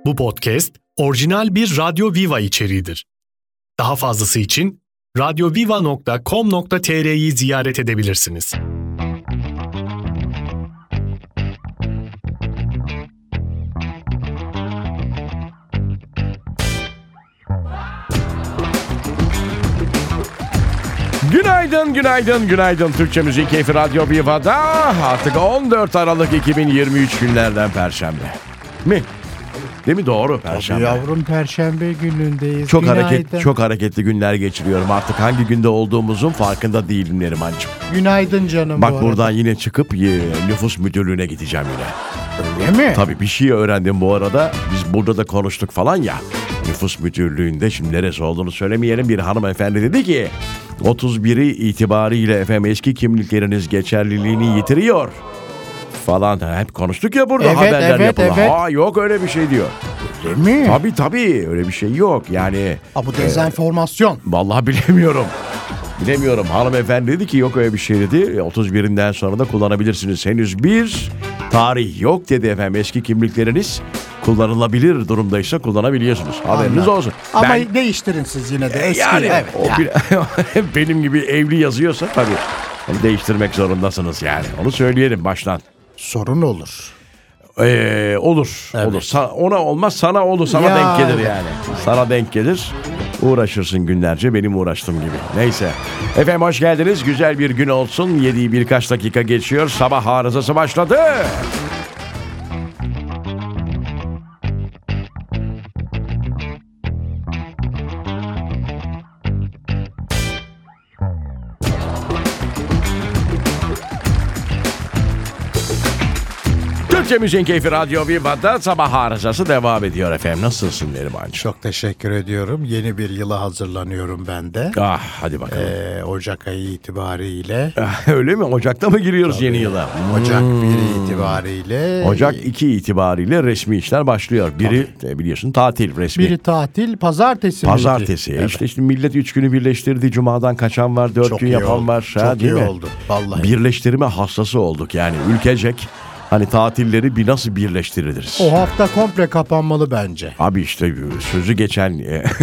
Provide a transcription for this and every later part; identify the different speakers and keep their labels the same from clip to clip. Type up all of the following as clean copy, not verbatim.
Speaker 1: Bu podcast orijinal bir Radyo Viva içeriğidir. Daha fazlası için radyoviva.com.tr'yi ziyaret edebilirsiniz.
Speaker 2: Günaydın. Türkçe Müzik Keyfi Radyo Viva'da artık 14 Aralık 2023 günlerden Perşembe. Mi? Değil mi? Doğru, Perşembe.
Speaker 3: Tabii yavrum, Perşembe günündeyiz.
Speaker 2: Çok hareketli günler geçiriyorum. Artık hangi günde olduğumuzun farkında değilim Nerimancığım.
Speaker 3: Günaydın canım.
Speaker 2: Bak buradan yine çıkıp nüfus müdürlüğüne gideceğim yine.
Speaker 3: Öyle mi?
Speaker 2: Tabii bir şey öğrendim bu arada. Biz burada da konuştuk falan ya. Nüfus müdürlüğünde, şimdi neresi olduğunu söylemeyelim, bir hanımefendi dedi ki 31'i itibariyle efendim eski kimlikleriniz geçerliliğini yitiriyor falan. Hep konuştuk ya burada, haberler yapıldı.
Speaker 3: Evet.
Speaker 2: Ha, yok öyle bir şey diyor.
Speaker 3: Öyle mi?
Speaker 2: Tabii öyle bir şey yok yani.
Speaker 3: Bu dezenformasyon.
Speaker 2: Vallahi bilemiyorum. Hanımefendi dedi ki yok öyle bir şey dedi. 31'inden sonra da kullanabilirsiniz. Henüz bir tarih yok dedi efendim. Eski kimlikleriniz kullanılabilir durumdaysa kullanabiliyorsunuz. Haberiniz olsun.
Speaker 3: Ama değiştirin siz yine de eski.
Speaker 2: Yani,
Speaker 3: evet.
Speaker 2: Benim gibi evli yazıyorsa tabii onu değiştirmek zorundasınız yani. Onu söyleyelim baştan.
Speaker 3: Sorun olur.
Speaker 2: Olur.
Speaker 3: Evet.
Speaker 2: Olur. Ona olmaz, sana olur. Sana
Speaker 3: Ya.
Speaker 2: denk gelir yani. Sana denk gelir. Uğraşırsın günlerce benim uğraştığım gibi. Neyse. Efendim hoş geldiniz. Güzel bir gün olsun. 7'yi birkaç dakika geçiyor. Sabah arızası başladı. Türkçe Müzik Keyfi Radyo Viva'da sabah arızası devam ediyor efendim. Nasılsın Nerimancığım?
Speaker 3: Çok teşekkür ediyorum. Yeni bir yıla hazırlanıyorum ben de.
Speaker 2: Hadi bakalım.
Speaker 3: Ocak ayı itibariyle.
Speaker 2: Öyle mi? Ocak'ta mı giriyoruz yeni yıla?
Speaker 3: Ocak 1 itibariyle.
Speaker 2: Ocak 2 itibariyle resmi işler başlıyor. Biri biliyorsun tatil resmi.
Speaker 3: Biri tatil, pazartesi.
Speaker 2: Evet. İşte millet 3 günü birleştirdi. Cuma'dan kaçan var, 4 gün yapan
Speaker 3: oldu.
Speaker 2: var.
Speaker 3: Çok iyi oldu. Vallahi.
Speaker 2: Birleştirme hastası olduk yani ülkecek. Hani tatilleri bir nasıl birleştiririz?
Speaker 3: O hafta komple kapanmalı bence.
Speaker 2: Abi işte sözü geçen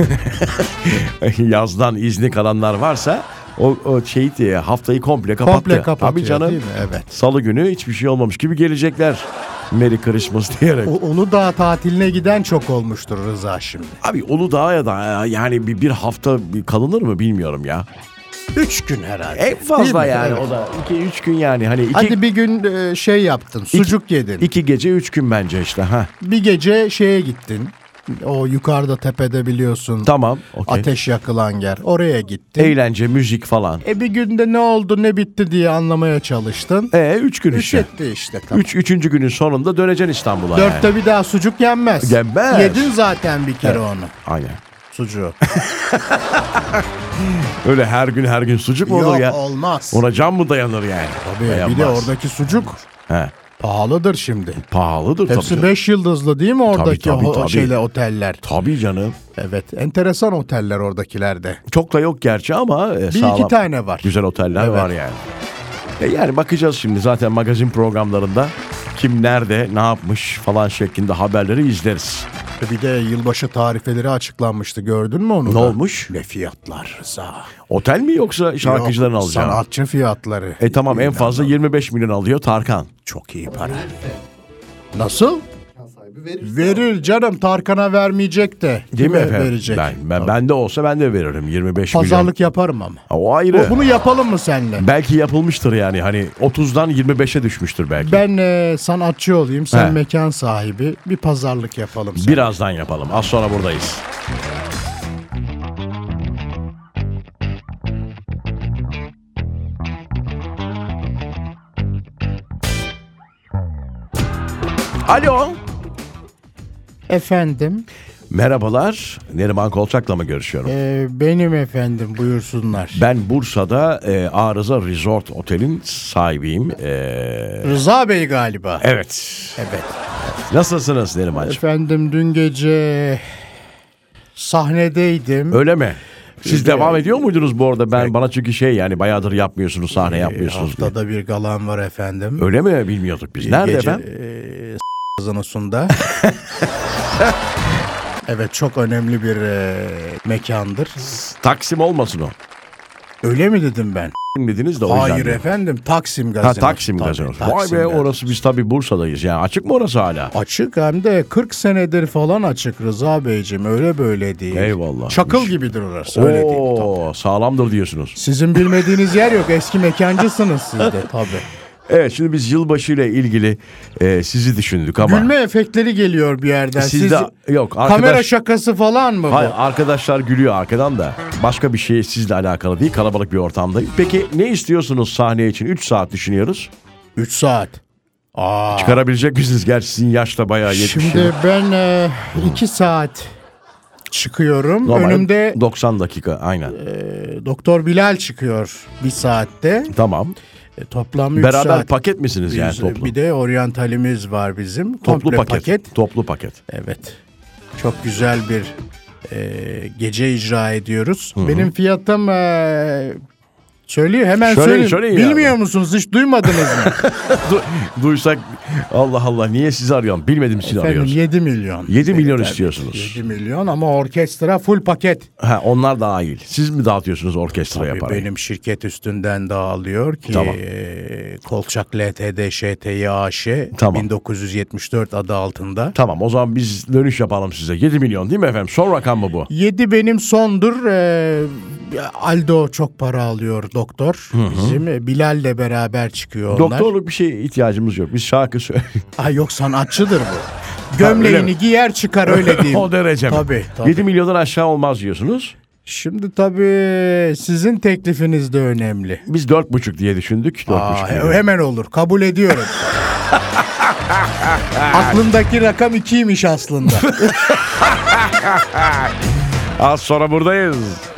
Speaker 2: yazdan izni kalanlar varsa o haftayı komple kapattı.
Speaker 3: Komple kapatıyor.
Speaker 2: Tabii canım.
Speaker 3: Değil mi? Evet.
Speaker 2: Salı günü hiçbir şey olmamış gibi gelecekler. Merry Christmas diyerek.
Speaker 3: Uludağ tatiline giden çok olmuştur Rıza şimdi.
Speaker 2: Abi Uludağ'a da yani bir hafta kalınır mı bilmiyorum ya.
Speaker 3: 3 gün herhalde.
Speaker 2: En fazla yani
Speaker 3: evet.
Speaker 2: o da 2-3 gün yani. Hani
Speaker 3: Hadi bir gün yaptın, sucuk yedin.
Speaker 2: 2 gece 3 gün bence işte.
Speaker 3: Bir gece şeye gittin. O yukarıda tepede biliyorsun.
Speaker 2: Tamam. Okay.
Speaker 3: Ateş yakılan yer. Oraya gittin.
Speaker 2: Eğlence, müzik falan.
Speaker 3: Bir günde ne oldu ne bitti diye anlamaya çalıştın.
Speaker 2: 3 gün işte.
Speaker 3: Etti işte. Tamam.
Speaker 2: 3. günün sonunda döneceksin İstanbul'a.
Speaker 3: 4'te
Speaker 2: yani.
Speaker 3: bir daha sucuk yenmez.
Speaker 2: Yenmez.
Speaker 3: Yedin zaten bir kere onu.
Speaker 2: Aynen.
Speaker 3: Sucuğu.
Speaker 2: Öyle her gün sucuk mu olur ya?
Speaker 3: Yok, olmaz.
Speaker 2: Ona can mı dayanır yani?
Speaker 3: Tabii,
Speaker 2: Dayanmaz.
Speaker 3: bir de oradaki sucuk pahalıdır şimdi.
Speaker 2: Pahalıdır tabii.
Speaker 3: Hepsi 5 yıldızlı değil mi oradaki
Speaker 2: tabii.
Speaker 3: oteller?
Speaker 2: Tabii canım.
Speaker 3: Evet, enteresan oteller oradakilerde.
Speaker 2: Çok da yok gerçi ama
Speaker 3: Bir
Speaker 2: sağlam.
Speaker 3: 2 tane var.
Speaker 2: Güzel oteller
Speaker 3: Evet.
Speaker 2: var yani. Yani bakacağız şimdi zaten magazin programlarında kim nerede ne yapmış falan şeklinde haberleri izleriz.
Speaker 3: Bir de yılbaşı tarifeleri açıklanmıştı, gördün mü onu?
Speaker 2: Ne
Speaker 3: da?
Speaker 2: olmuş?
Speaker 3: Ne fiyatlar Rıza?
Speaker 2: Otel mi yoksa şarkıcıların
Speaker 3: Yok,
Speaker 2: alacağı?
Speaker 3: sanatçı fiyatları.
Speaker 2: Tamam, en fazla 25 milyon alıyor Tarkan.
Speaker 3: Çok iyi para. Nasıl? Verir canım, Tarkan'a vermeyecek de.
Speaker 2: Değil mi efendim?
Speaker 3: Verecek?
Speaker 2: Ben de olsa ben de veririm 25 milyon.
Speaker 3: Pazarlık yaparım ama.
Speaker 2: O ayrı.
Speaker 3: Bunu yapalım mı seninle?
Speaker 2: Belki yapılmıştır yani hani 30'dan 25'e düşmüştür belki.
Speaker 3: Ben sanatçı olayım, sen mekan sahibi. Bir pazarlık yapalım seninle.
Speaker 2: Birazdan yapalım. Az sonra buradayız. Alo.
Speaker 3: Efendim?
Speaker 2: Merhabalar. Neriman Kolçak'la mı görüşüyorum?
Speaker 3: Benim efendim, buyursunlar.
Speaker 2: Ben Bursa'da Arıza Resort Otel'in sahibiyim.
Speaker 3: Rıza Bey galiba.
Speaker 2: Evet.
Speaker 3: Evet.
Speaker 2: Nasılsınız Nerimancığım?
Speaker 3: Efendim, dün gece sahnedeydim.
Speaker 2: Öyle mi? Siz devam ediyor muydunuz bu arada? Bana çünkü yani bayağıdır yapmıyorsunuz, sahne yapmıyorsunuz.
Speaker 3: Haftada bir galan var efendim.
Speaker 2: Öyle mi? Bilmiyorduk biz. Nerede
Speaker 3: Gece,
Speaker 2: efendim?
Speaker 3: Gazinosu'nda. Evet, çok önemli bir mekandır.
Speaker 2: Taksim olmasın o.
Speaker 3: Öyle mi dedim ben?
Speaker 2: Dediniz de o yüzden.
Speaker 3: Hayır efendim, Taksim Gazinosu.
Speaker 2: Taksim
Speaker 3: Tabii,
Speaker 2: Gazinosu.
Speaker 3: Taksim
Speaker 2: Vay be,
Speaker 3: Gazinosu.
Speaker 2: orası biz tabii Bursa'dayız yani. Açık mı orası hala?
Speaker 3: Açık, hem de 40 senedir falan açık Rıza Beyciğim, öyle böyle değil.
Speaker 2: Eyvallah.
Speaker 3: Çakıl gibidir orası, öyle değil. Tabii.
Speaker 2: Sağlamdır diyorsunuz.
Speaker 3: Sizin bilmediğiniz yer yok, eski mekancısınız siz de tabii.
Speaker 2: Evet, şimdi biz yılbaşı ile ilgili sizi düşündük ama.
Speaker 3: Gülme efektleri geliyor bir yerden.
Speaker 2: Sizde yok.
Speaker 3: Kamera şakası falan mı bu?
Speaker 2: Hayır, arkadaşlar gülüyor arkadan da. Başka bir şey sizle alakalı değil. Kalabalık bir ortamdayız. Peki ne istiyorsunuz sahne için? 3 saat düşünüyoruz.
Speaker 3: 3 saat.
Speaker 2: Çıkarabilecek misiniz? Gerçi sizin yaş da bayağı 70.
Speaker 3: Şimdi ben 2 saat çıkıyorum.
Speaker 2: Normalde
Speaker 3: Önümde
Speaker 2: 90 dakika aynen.
Speaker 3: Doktor Bilal çıkıyor 1 saatte.
Speaker 2: Tamam.
Speaker 3: Toplam 3
Speaker 2: Beraber
Speaker 3: saat.
Speaker 2: paket misiniz yani toplu?
Speaker 3: Bir de oryantalimiz var bizim.
Speaker 2: Toplu
Speaker 3: Komple
Speaker 2: paket. Toplu paket.
Speaker 3: Evet. Çok güzel bir gece icra ediyoruz. Benim fiyatım söyleyeyim, hemen söyleyeyim. Bilmiyor musunuz? Hiç duymadınız mı?
Speaker 2: Duysak Allah Allah, niye sizi arıyorum? Bilmedim sizi arıyoruz.
Speaker 3: 7 milyon.
Speaker 2: 7 milyon istiyorsunuz.
Speaker 3: 7 milyon ama orkestra full paket.
Speaker 2: Onlar dahil. Siz mi dağıtıyorsunuz orkestraya parayı?
Speaker 3: Benim şirket üstünden dağılıyor ki
Speaker 2: Tamam.
Speaker 3: Kolçak LTD ŞTY AŞ
Speaker 2: Tamam.
Speaker 3: 1974 adı altında.
Speaker 2: Tamam, o zaman biz dönüş yapalım size. 7 milyon değil mi efendim? Son rakam mı bu?
Speaker 3: 7 benim sondur. Aldo çok para alıyor doktor. Bizim Bilal'le beraber çıkıyor onlar.
Speaker 2: Doktorluk bir şeye ihtiyacımız yok. Biz şarkı söylüyoruz.
Speaker 3: Yok, sanatçıdır bu. Gömleğini giyer çıkar, öyle diyeyim.
Speaker 2: O derece mi?
Speaker 3: Tabii.
Speaker 2: 7 milyondan aşağı olmaz diyorsunuz.
Speaker 3: Şimdi tabii sizin teklifiniz de önemli.
Speaker 2: Biz 4,5 diye düşündük. 4,5 milyon.
Speaker 3: Hemen olur, kabul ediyorum. Aklımdaki rakam 2'ymiş aslında.
Speaker 2: Az sonra buradayız.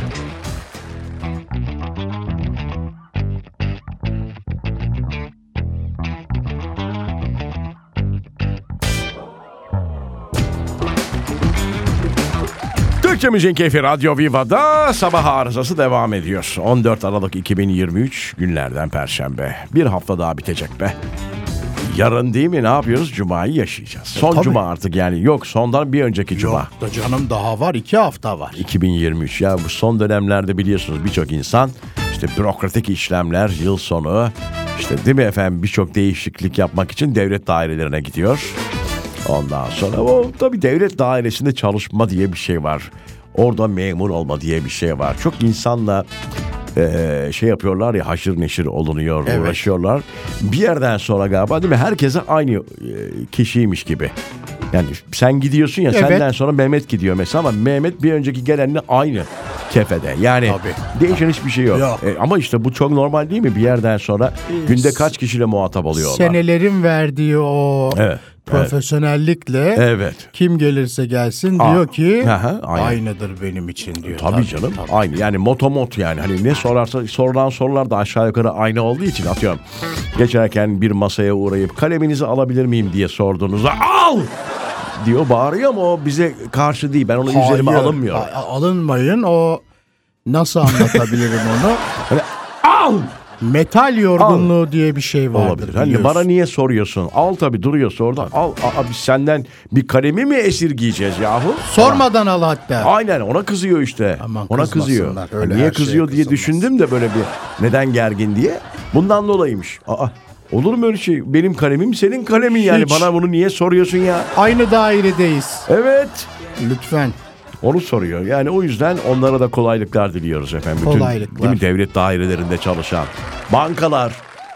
Speaker 2: Türkçe Müziğin Keyfi Radyo Viva'da sabah arızası devam ediyor. 14 Aralık 2023 günlerden Perşembe. Bir hafta daha bitecek be. Yarın değil mi, ne yapıyoruz? Cuma'yı yaşayacağız. Son
Speaker 3: tabii.
Speaker 2: Cuma artık yani. Yok, sondan bir önceki Cuma.
Speaker 3: Yok da canım, daha var, 2 hafta var.
Speaker 2: 2023 ya, bu son dönemlerde biliyorsunuz birçok insan işte bürokratik işlemler, yıl sonu, işte değil mi efendim, birçok değişiklik yapmak için devlet dairelerine gidiyor. Ondan sonra o tabii devlet dairesinde çalışma diye bir şey var. Orada memur olma diye bir şey var. Çok insanla şey yapıyorlar ya, haşır neşir olunuyor,
Speaker 3: Evet.
Speaker 2: uğraşıyorlar. Bir yerden sonra galiba değil mi, herkese aynı kişiymiş gibi. Yani sen gidiyorsun ya,
Speaker 3: Evet.
Speaker 2: senden sonra Mehmet gidiyor mesela ama Mehmet bir önceki gelenle aynı kefede. Yani
Speaker 3: Tabii.
Speaker 2: değişen hiçbir şey yok.
Speaker 3: Yok.
Speaker 2: Ama işte bu çok normal değil mi? Bir yerden sonra günde kaç kişiyle muhatap oluyorlar?
Speaker 3: Senelerin verdiği o
Speaker 2: Evet.
Speaker 3: profesyonellikle
Speaker 2: Evet.
Speaker 3: kim gelirse gelsin diyor ki
Speaker 2: Aha, aynen.
Speaker 3: aynıdır benim için diyor.
Speaker 2: Tabii canım. Aynı. Yani motomot yani. Hani ne sorarsa sorulan sorular da aşağı yukarı aynı olduğu için, atıyorum. Geçerken bir masaya uğrayıp kaleminizi alabilir miyim diye sorduğunuzda al diyor, bağırıyor ama o bize karşı değil. Ben onu üzerime alınmıyorum.
Speaker 3: Alınmayın, o nasıl anlatabilirim onu?
Speaker 2: Hani, al!
Speaker 3: Metal yorgunluğu diye bir şey vardır.
Speaker 2: Olabilir. Hani
Speaker 3: biliyorsun.
Speaker 2: bana niye soruyorsun? Al tabii, duruyorsa orada. Al. Biz senden bir kalemi mi esirgeyeceğiz yahu?
Speaker 3: Sormadan al hatta.
Speaker 2: Aynen, ona kızıyor işte.
Speaker 3: Aman
Speaker 2: Ona kızıyor.
Speaker 3: kızmasınlar, öyle
Speaker 2: Niye
Speaker 3: her şeye
Speaker 2: kızıyor diye
Speaker 3: kızılmaz.
Speaker 2: düşündüm de böyle bir neden gergin diye. Bundan dolayıymış. Olur mu öyle şey? Benim kalemim senin kalemin yani.
Speaker 3: Hiç.
Speaker 2: Bana bunu niye soruyorsun ya?
Speaker 3: Aynı dairedeyiz.
Speaker 2: Evet.
Speaker 3: Lütfen.
Speaker 2: Onu soruyor. Yani o yüzden onlara da kolaylıklar diliyoruz efendim. Bütün,
Speaker 3: Kolaylıklar.
Speaker 2: değil mi, devlet dairelerinde çalışan. Bankalar.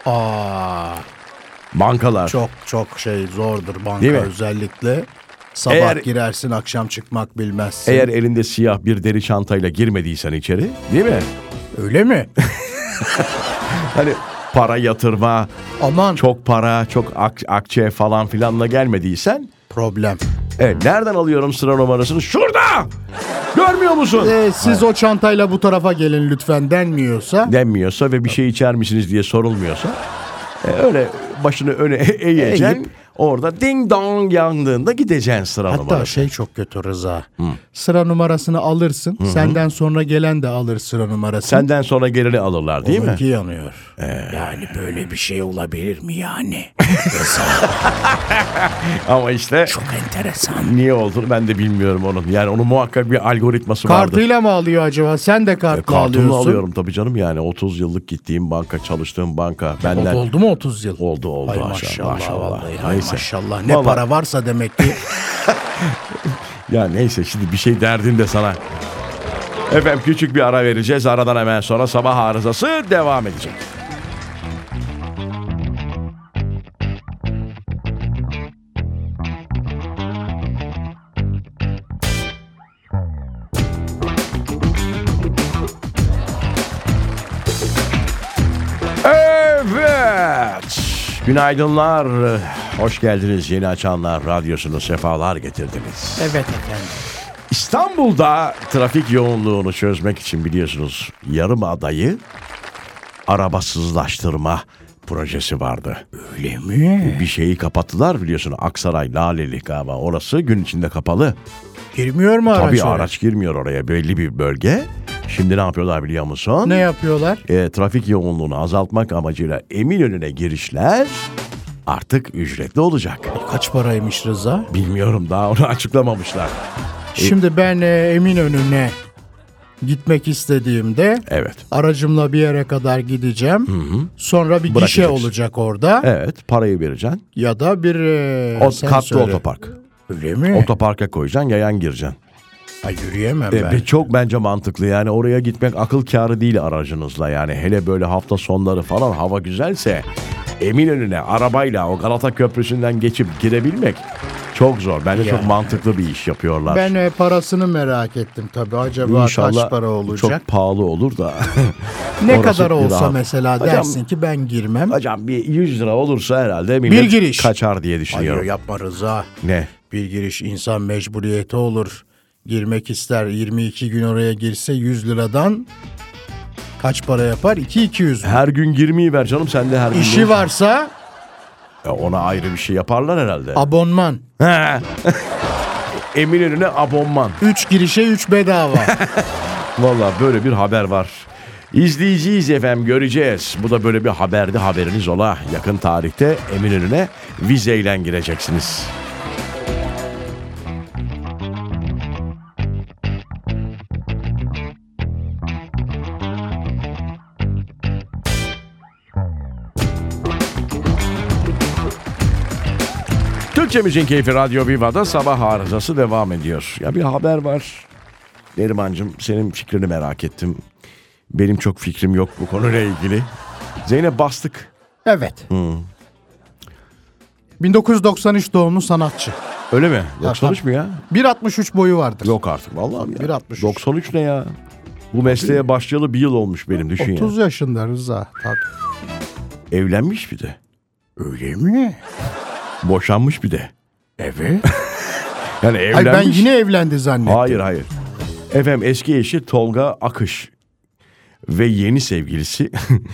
Speaker 2: Bankalar.
Speaker 3: Çok zordur banka,
Speaker 2: Değil mi?
Speaker 3: özellikle. Sabah
Speaker 2: Eğer-
Speaker 3: girersin, akşam çıkmak bilmezsin.
Speaker 2: Eğer elinde siyah bir deri çantayla girmediysen içeri, değil mi?
Speaker 3: Öyle mi?
Speaker 2: Hani para yatırma,
Speaker 3: Aman
Speaker 2: çok para, çok akçe falan filanla gelmediysen,
Speaker 3: problem.
Speaker 2: evet, nereden alıyorum sıra numarasını? Şurada! Görmüyor musun?
Speaker 3: Siz o çantayla bu tarafa gelin lütfen denmiyorsa.
Speaker 2: Denmiyorsa ve bir şey içer misiniz diye sorulmuyorsa, öyle başını öne eğeceksin. Orada ding dong yandığında gideceksin sıra
Speaker 3: Hatta
Speaker 2: numarası.
Speaker 3: şey çok kötü Rıza. Sıra numarasını alırsın. Senden sonra gelen de alır sıra numarasını.
Speaker 2: Senden sonra geleni alırlar değil mi?
Speaker 3: Onunki yanıyor. Yani böyle bir şey olabilir mi yani?
Speaker 2: Ama işte
Speaker 3: Çok enteresan.
Speaker 2: niye olduğunu ben de bilmiyorum onun. Yani onun muhakkak bir algoritması vardır.
Speaker 3: Kartıyla mı alıyor acaba? Sen de kartla
Speaker 2: Kartımla
Speaker 3: alıyorsun.
Speaker 2: alıyorum tabii canım, yani 30 yıllık gittiğim banka, çalıştığım banka. Benden
Speaker 3: Oldu mu 30 yıl?
Speaker 2: oldu
Speaker 3: Ay
Speaker 2: maşallah.
Speaker 3: maşallah vallahi. Ay
Speaker 2: Neyse.
Speaker 3: maşallah. Ne
Speaker 2: Vallahi-
Speaker 3: para varsa demek ki.
Speaker 2: Ya neyse, şimdi bir şey derdin de sana. Efendim küçük bir ara vereceğiz. Aradan hemen sonra sabah arızası devam edecek. Evet. Günaydınlar. Hoş geldiniz. Yeni açanlar radyosunu sefalar getirdiniz.
Speaker 3: Evet efendim.
Speaker 2: İstanbul'da trafik yoğunluğunu çözmek için biliyorsunuz Yarımada'yı arabasızlaştırma projesi vardı.
Speaker 3: Öyle mi?
Speaker 2: Bir şeyi kapattılar biliyorsun. Aksaray, Laleli galiba. Orası gün içinde kapalı.
Speaker 3: Girmiyor mu araç?
Speaker 2: Tabii
Speaker 3: oraya?
Speaker 2: araç girmiyor oraya, belli bir bölge. Şimdi ne yapıyorlar biliyor musun?
Speaker 3: Ne yapıyorlar?
Speaker 2: Trafik yoğunluğunu azaltmak amacıyla Eminönü'ne girişler artık ücretli olacak.
Speaker 3: Kaç paraymış Rıza?
Speaker 2: Bilmiyorum, daha onu açıklamamışlar.
Speaker 3: Şimdi ben Eminönü'ne gitmek istediğimde
Speaker 2: Evet.
Speaker 3: aracımla bir yere kadar gideceğim. Sonra bir gişe
Speaker 2: Bırakacaksın.
Speaker 3: olacak orada.
Speaker 2: Evet, parayı vereceksin.
Speaker 3: Ya da bir sen
Speaker 2: Katlı
Speaker 3: söyle.
Speaker 2: otopark.
Speaker 3: Öyle mi?
Speaker 2: Otoparka koyacaksın, yayan gireceksin.
Speaker 3: Ay yürüyemem ben.
Speaker 2: Çok bence mantıklı, yani oraya gitmek akıl kârı değil aracınızla, yani hele böyle hafta sonları falan hava güzelse Eminönü'ne arabayla o Galata Köprüsü'nden geçip girebilmek çok zor. Bence çok mantıklı bir iş yapıyorlar.
Speaker 3: Ben parasını merak ettim tabii. Acaba
Speaker 2: İnşallah
Speaker 3: kaç para olacak?
Speaker 2: çok pahalı olur da.
Speaker 3: Ne
Speaker 2: Orası
Speaker 3: kadar
Speaker 2: bir
Speaker 3: olsa
Speaker 2: rahat.
Speaker 3: mesela
Speaker 2: Hocam-
Speaker 3: dersin ki ben girmem.
Speaker 2: Hocam bir 100 lira olursa herhalde millet
Speaker 3: Bir giriş.
Speaker 2: kaçar diye
Speaker 3: Hayır
Speaker 2: düşünüyorum.
Speaker 3: yapma Rıza.
Speaker 2: Ne?
Speaker 3: Bir giriş insan mecburiyeti olur. Girmek ister 22 gün oraya girse 100 liradan kaç para yapar? 200 mü?
Speaker 2: Her gün girmeyi ver canım, sen de her gün.
Speaker 3: İşi varsa
Speaker 2: Ona ayrı bir şey yaparlar herhalde.
Speaker 3: abonman.
Speaker 2: He. Eminönü'ne abonman.
Speaker 3: 3 girişe 3 bedava.
Speaker 2: Vallahi böyle bir haber var. İzleyeceğiz efendim, göreceğiz. Bu da böyle bir haberdi, haberiniz ola. Yakın tarihte Eminönü'ne vizeyle gireceksiniz. Türkçe Müziğin Keyfi Radyo Viva'da sabah arızası devam ediyor. Ya bir haber var. Nerimancığım, senin fikrini merak ettim. Benim çok fikrim yok bu konuyla ilgili. Zeynep Bastık.
Speaker 3: Evet. 1993 doğumlu sanatçı.
Speaker 2: Öyle mi? 93 mü ya?
Speaker 3: 1.63 boyu vardır.
Speaker 2: Yok artık vallahi ya.
Speaker 3: 1.63.
Speaker 2: 93 ne ya? Bu mesleğe başlayalı bir yıl olmuş benim, düşün
Speaker 3: 30
Speaker 2: ya.
Speaker 3: yaşında Rıza. Tabii.
Speaker 2: Evlenmiş bir de.
Speaker 3: Öyle mi?
Speaker 2: Boşanmış bir de.
Speaker 3: Evet.
Speaker 2: Yani
Speaker 3: Ay
Speaker 2: evlenmiş.
Speaker 3: ben yine evlendi zannettim.
Speaker 2: Hayır. Efendim eski eşi Tolga Akış ve yeni sevgilisi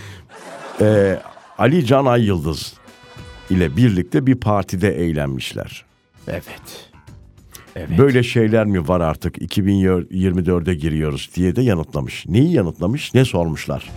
Speaker 2: Ali Can Ay Yıldız ile birlikte bir partide eğlenmişler.
Speaker 3: Evet.
Speaker 2: Böyle şeyler mi var artık, 2024'e giriyoruz diye de yanıtlamış. Neyi yanıtlamış, ne sormuşlar?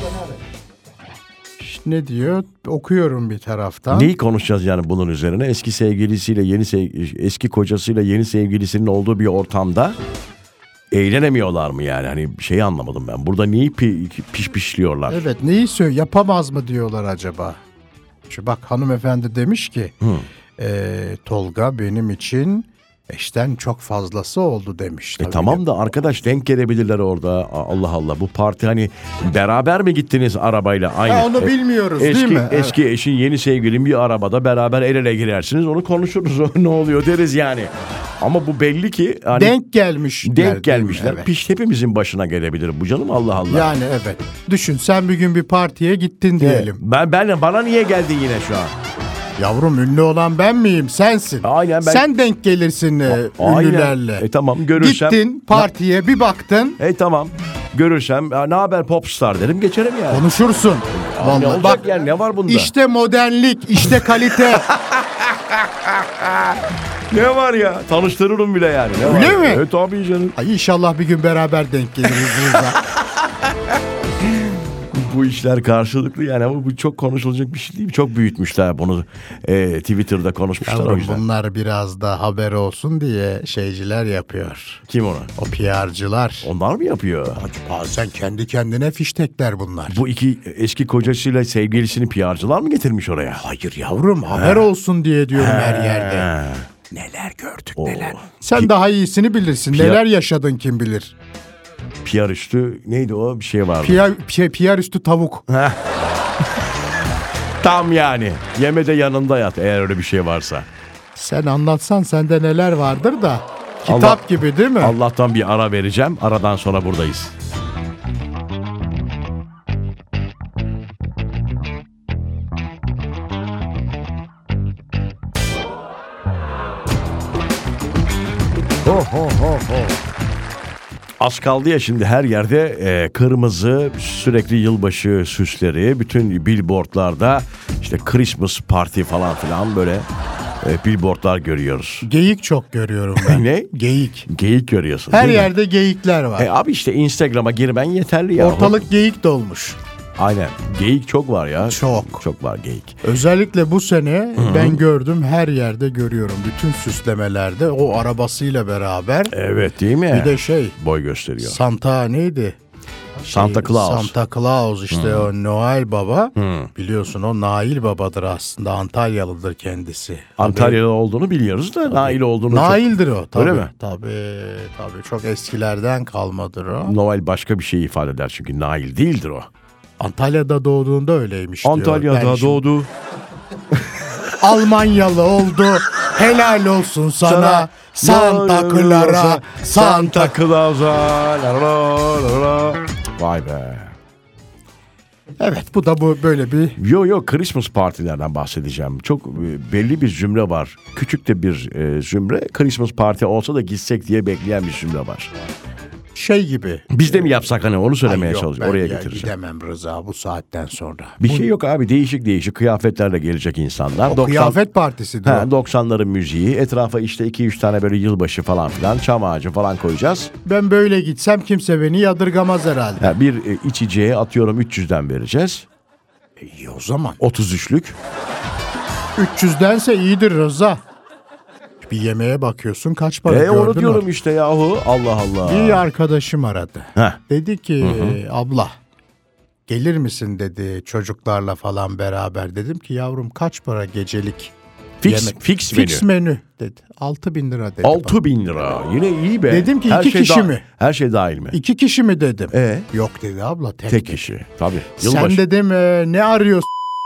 Speaker 3: Ne diyor? Okuyorum bir taraftan.
Speaker 2: Neyi konuşacağız yani bunun üzerine? Eski sevgilisiyle eski kocasıyla yeni sevgilisinin olduğu bir ortamda eğlenemiyorlar mı yani? Hani şeyi anlamadım ben. Burada neyi pişliyorlar?
Speaker 3: Evet, neyi söylüyor? Yapamaz mı diyorlar acaba? Şu bak, hanımefendi demiş ki Tolga benim için eşten çok fazlası oldu demiş. Tabii
Speaker 2: Tamam da arkadaş, denk gelebilirler orada. Allah Allah, bu parti hani beraber mi gittiniz arabayla? Aynı.
Speaker 3: Onu bilmiyoruz değil mi?
Speaker 2: Eski eşin yeni sevgilin bir arabada beraber el ele girersiniz. Onu konuşuruz, ne oluyor deriz yani. Ama bu belli ki hani
Speaker 3: Denk gelmişler.
Speaker 2: denk gelmişler.
Speaker 3: Evet.
Speaker 2: Piş hepimizin başına gelebilir bu canım, Allah Allah.
Speaker 3: Yani evet. Düşün, sen bir gün bir partiye gittin diyelim.
Speaker 2: Bana niye geldin yine şu an?
Speaker 3: Yavrum, ünlü olan ben miyim? Sensin.
Speaker 2: Aynen, ben-
Speaker 3: Sen denk gelirsin ünlülerle.
Speaker 2: Tamam, görürsem.
Speaker 3: Gittin partiye, bir baktın.
Speaker 2: Tamam. Görürsem ne haber popstar derim, geçerim yani.
Speaker 3: Konuşursun.
Speaker 2: Ne
Speaker 3: Vallahi
Speaker 2: olacak
Speaker 3: bak,
Speaker 2: yani, ne var bunda?
Speaker 3: işte modernlik, işte kalite.
Speaker 2: Ne var ya? Tanıştırırım bile yani. Ne
Speaker 3: Öyle
Speaker 2: var?
Speaker 3: mi?
Speaker 2: Evet tabii canım.
Speaker 3: Ay inşallah bir gün beraber denk geliriz Rıza.
Speaker 2: Bu işler karşılıklı yani ama bu çok konuşulacak bir şey değil. Çok büyütmüşler bunu. Twitter'da konuşmuşlar o
Speaker 3: Yavrum
Speaker 2: yüzden.
Speaker 3: bunlar biraz da haber olsun diye şeyciler yapıyor.
Speaker 2: Kim ona?
Speaker 3: O PR'cılar.
Speaker 2: Onlar mı yapıyor?
Speaker 3: Bazen kendi kendine fiştekler bunlar.
Speaker 2: Bu iki eski kocasıyla sevgilisini PR'cılar mı getirmiş oraya?
Speaker 3: Hayır yavrum haber olsun diye diyorum her yerde.
Speaker 2: Ha.
Speaker 3: Neler gördük
Speaker 2: Oo.
Speaker 3: neler. Sen daha iyisini bilirsin. Neler yaşadın kim bilir.
Speaker 2: PR üstü neydi o? Bir şey vardı.
Speaker 3: PR üstü tavuk.
Speaker 2: Tam yani. Yeme de yanında yat eğer öyle bir şey varsa.
Speaker 3: Sen anlatsan sende neler vardır da. Kitap
Speaker 2: Allah-
Speaker 3: gibi değil mi?
Speaker 2: Allah'tan bir ara vereceğim. Aradan sonra buradayız. Ho ho ho ho. Az kaldı ya şimdi her yerde kırmızı sürekli yılbaşı süsleri, bütün billboardlarda işte Christmas party falan filan böyle billboardlar görüyoruz.
Speaker 3: Geyik çok görüyorum ben.
Speaker 2: Ne?
Speaker 3: Geyik.
Speaker 2: Geyik görüyorsun.
Speaker 3: Her
Speaker 2: değil mi?
Speaker 3: yerde geyikler var.
Speaker 2: Abi işte Instagram'a girmen yeterli ya.
Speaker 3: Ortalık geyik dolmuş.
Speaker 2: Aynen. Geyik çok var ya.
Speaker 3: Çok.
Speaker 2: Çok var geyik.
Speaker 3: Özellikle bu sene ben gördüm her yerde görüyorum. Bütün süslemelerde o arabasıyla beraber.
Speaker 2: Evet değil mi?
Speaker 3: Bir de şey
Speaker 2: boy gösteriyor.
Speaker 3: Santa neydi?
Speaker 2: Santa Claus.
Speaker 3: Santa Claus işte o Noel Baba. Biliyorsun o Nail Baba'dır aslında. Antalyalıdır kendisi.
Speaker 2: Antalya'da olduğunu biliyoruz da Nail olduğunu
Speaker 3: Nail'dir o. Tabii,
Speaker 2: Öyle mi?
Speaker 3: Tabii. Çok eskilerden kalmadır o.
Speaker 2: çok... Noel başka bir şey ifade eder çünkü Nail değildir o.
Speaker 3: Antalya'da doğduğunda öyleymiş diyor. Ben
Speaker 2: Antalya'da
Speaker 3: şimdi-
Speaker 2: doğdu.
Speaker 3: Almanyalı oldu. Helal olsun sana. Santa Clara. Santa.
Speaker 2: Claus'a. La la la la. Vay be.
Speaker 3: Evet bu da böyle bir
Speaker 2: Yo Christmas partilerden bahsedeceğim. Çok belli bir zümre var. Küçük de bir zümre. Christmas parti olsa da gitsek diye bekleyen bir zümre var.
Speaker 3: şey gibi.
Speaker 2: Biz de mi yapsak hani onu söylemeye
Speaker 3: Ay yok,
Speaker 2: çalışıyorum.
Speaker 3: ben
Speaker 2: Oraya
Speaker 3: ya
Speaker 2: getireceğim.
Speaker 3: Gidemem Rıza bu saatten sonra.
Speaker 2: Bir şey yok abi, değişik kıyafetlerle gelecek insanlar.
Speaker 3: O kıyafet partisi diyor.
Speaker 2: 90'ların müziği, etrafa işte 2-3 tane böyle yılbaşı falan filan, çam ağacı falan koyacağız.
Speaker 3: Ben böyle gitsem kimse beni yadırgamaz herhalde.
Speaker 2: Ha, bir içeceğe atıyorum 300'den vereceğiz.
Speaker 3: İyi o zaman.
Speaker 2: 33'lük.
Speaker 3: 300'dense iyidir Rıza. Bir yemeğe bakıyorsun kaç para gördün
Speaker 2: Onu
Speaker 3: mü?
Speaker 2: diyorum işte yahu. Allah Allah.
Speaker 3: Bir arkadaşım aradı.
Speaker 2: Heh.
Speaker 3: Dedi ki abla gelir misin dedi çocuklarla falan beraber. Dedim ki yavrum kaç para gecelik
Speaker 2: Fix
Speaker 3: menü dedi. 6.000 lira dedi.
Speaker 2: 6.000 lira. Yine iyi be.
Speaker 3: Dedim ki iki kişi mi?
Speaker 2: Her şey dahil mi?
Speaker 3: 2 kişi mi dedim.
Speaker 2: E?
Speaker 3: Yok dedi abla tek
Speaker 2: Tek kişi. Tabii.
Speaker 3: Sen
Speaker 2: Yılbaşı.
Speaker 3: dedim ne arıyorsun?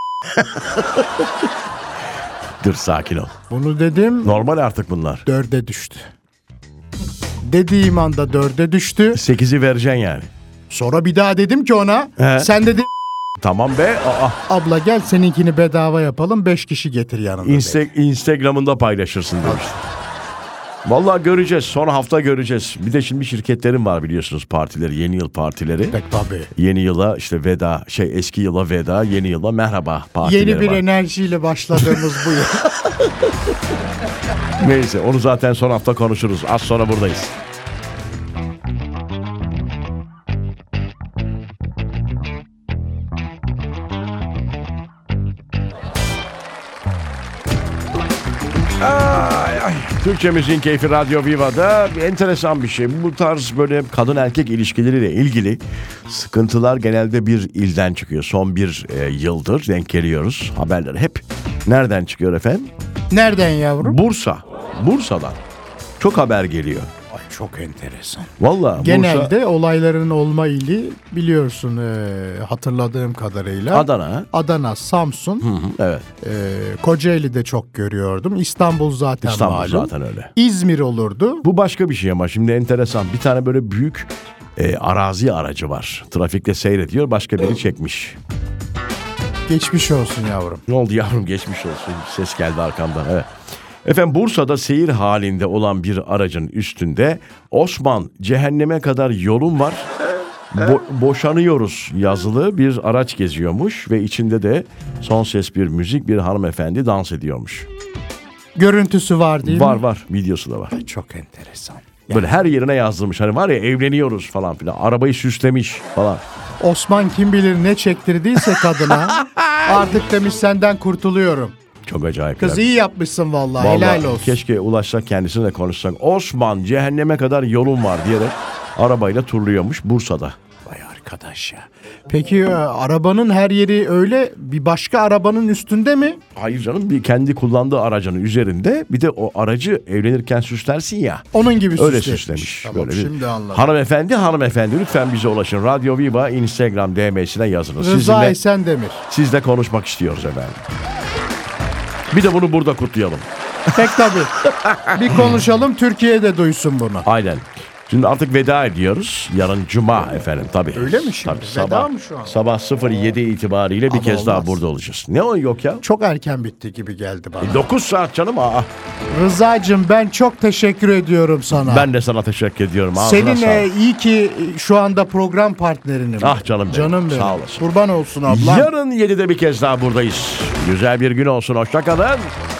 Speaker 2: Dur sakin ol.
Speaker 3: Bunu dedim
Speaker 2: Normal artık bunlar.
Speaker 3: 4'e düştü. Dediğim anda 4'e düştü.
Speaker 2: 8'i vereceksin yani.
Speaker 3: Sonra bir daha dedim ki ona
Speaker 2: He.
Speaker 3: sen dedi
Speaker 2: Tamam be.
Speaker 3: abla gel seninkini bedava yapalım 5 kişi getir yanında. dedi.
Speaker 2: Instagram'ında paylaşırsın demiştim. Vallahi göreceğiz. Son hafta göreceğiz. Bir de şimdi şirketlerim var biliyorsunuz partileri. Yeni yıl partileri.
Speaker 3: Tabii.
Speaker 2: Yeni yıla işte veda, eski yıla veda, yeni yıla merhaba partileri
Speaker 3: Yeni bir
Speaker 2: var.
Speaker 3: enerjiyle başladığımız bu yıl.
Speaker 2: Neyse onu zaten son hafta konuşuruz. Az sonra buradayız. Türkçe Müziğin Keyfi Radyo Viva'da enteresan bir şey. Bu tarz böyle kadın erkek ilişkileriyle ilgili sıkıntılar genelde bir ilden çıkıyor. Son bir yıldır denk geliyoruz. Haberler hep nereden çıkıyor efendim?
Speaker 3: Nereden yavrum?
Speaker 2: Bursa'dan. Çok haber geliyor.
Speaker 3: Ay çok enteresan.
Speaker 2: Vallahi
Speaker 3: Genelde olayların olma ili biliyorsun hatırladığım kadarıyla. Adana, Samsun,
Speaker 2: evet.
Speaker 3: Kocaeli'de çok görüyordum. İstanbul zaten malum.
Speaker 2: Zaten öyle.
Speaker 3: İzmir olurdu.
Speaker 2: Bu başka bir şey ama şimdi enteresan. Bir tane böyle büyük arazi aracı var. Trafikte seyrediyor. Başka biri çekmiş.
Speaker 3: Geçmiş olsun yavrum.
Speaker 2: Ne oldu yavrum, geçmiş olsun. Ses geldi arkamdan. Evet. Efendim Bursa'da seyir halinde olan bir aracın üstünde Osman cehenneme kadar yolun var. Boşanıyoruz yazılı bir araç geziyormuş ve içinde de son ses bir müzik, bir hanımefendi dans ediyormuş.
Speaker 3: görüntüsü var değil mi?
Speaker 2: Var. Videosu da var.
Speaker 3: Çok enteresan.
Speaker 2: Böyle her yerine yazdırmış. Hani var ya evleniyoruz falan filan. Arabayı süslemiş falan.
Speaker 3: Osman kim bilir ne çektirdiyse kadına. Artık demiş senden kurtuluyorum.
Speaker 2: Çok acayip.
Speaker 3: Kız iyi yapmışsın vallahi helal olsun.
Speaker 2: Keşke ulaşsak kendisine de konuşsak. Osman cehenneme kadar yolun var diyerek arabayla turluyormuş Bursa'da.
Speaker 3: Vay arkadaş ya. Peki arabanın her yeri öyle bir başka arabanın üstünde mi?
Speaker 2: Hayır canım, bir kendi kullandığı aracının üzerinde, bir de o aracı evlenirken süslersin ya.
Speaker 3: Onun gibi
Speaker 2: öyle
Speaker 3: süslemiş. Tamam,
Speaker 2: böyle
Speaker 3: şimdi anladım.
Speaker 2: Hanımefendi lütfen bize ulaşın. Radyo Viva Instagram DM'sine yazınız.
Speaker 3: Rıza Esendemir.
Speaker 2: Sizle konuşmak istiyoruz efendim. Bir de bunu burada kutlayalım.
Speaker 3: Pek tabii. Bir konuşalım, Türkiye'de duysun bunu.
Speaker 2: Aynen. Şimdi artık veda ediyoruz. Yarın Cuma efendim tabii.
Speaker 3: Öyle mi şimdi?
Speaker 2: Tabii,
Speaker 3: Veda mı şu an?
Speaker 2: Sabah 07 itibariyle bir kez daha burada olacağız. Ne o yok ya?
Speaker 3: Çok erken bitti gibi geldi bana.
Speaker 2: 9 saat canım.
Speaker 3: Rıza'cığım ben çok teşekkür ediyorum sana.
Speaker 2: Ben de sana teşekkür ediyorum. Ağzına
Speaker 3: senin iyi ki şu anda program partnerinim.
Speaker 2: Ah canım benim.
Speaker 3: Canım benim.
Speaker 2: Sağ olasın.
Speaker 3: Kurban olsun ablam.
Speaker 2: Yarın 7'de bir kez daha buradayız. Güzel bir gün olsun. Hoşça kalın.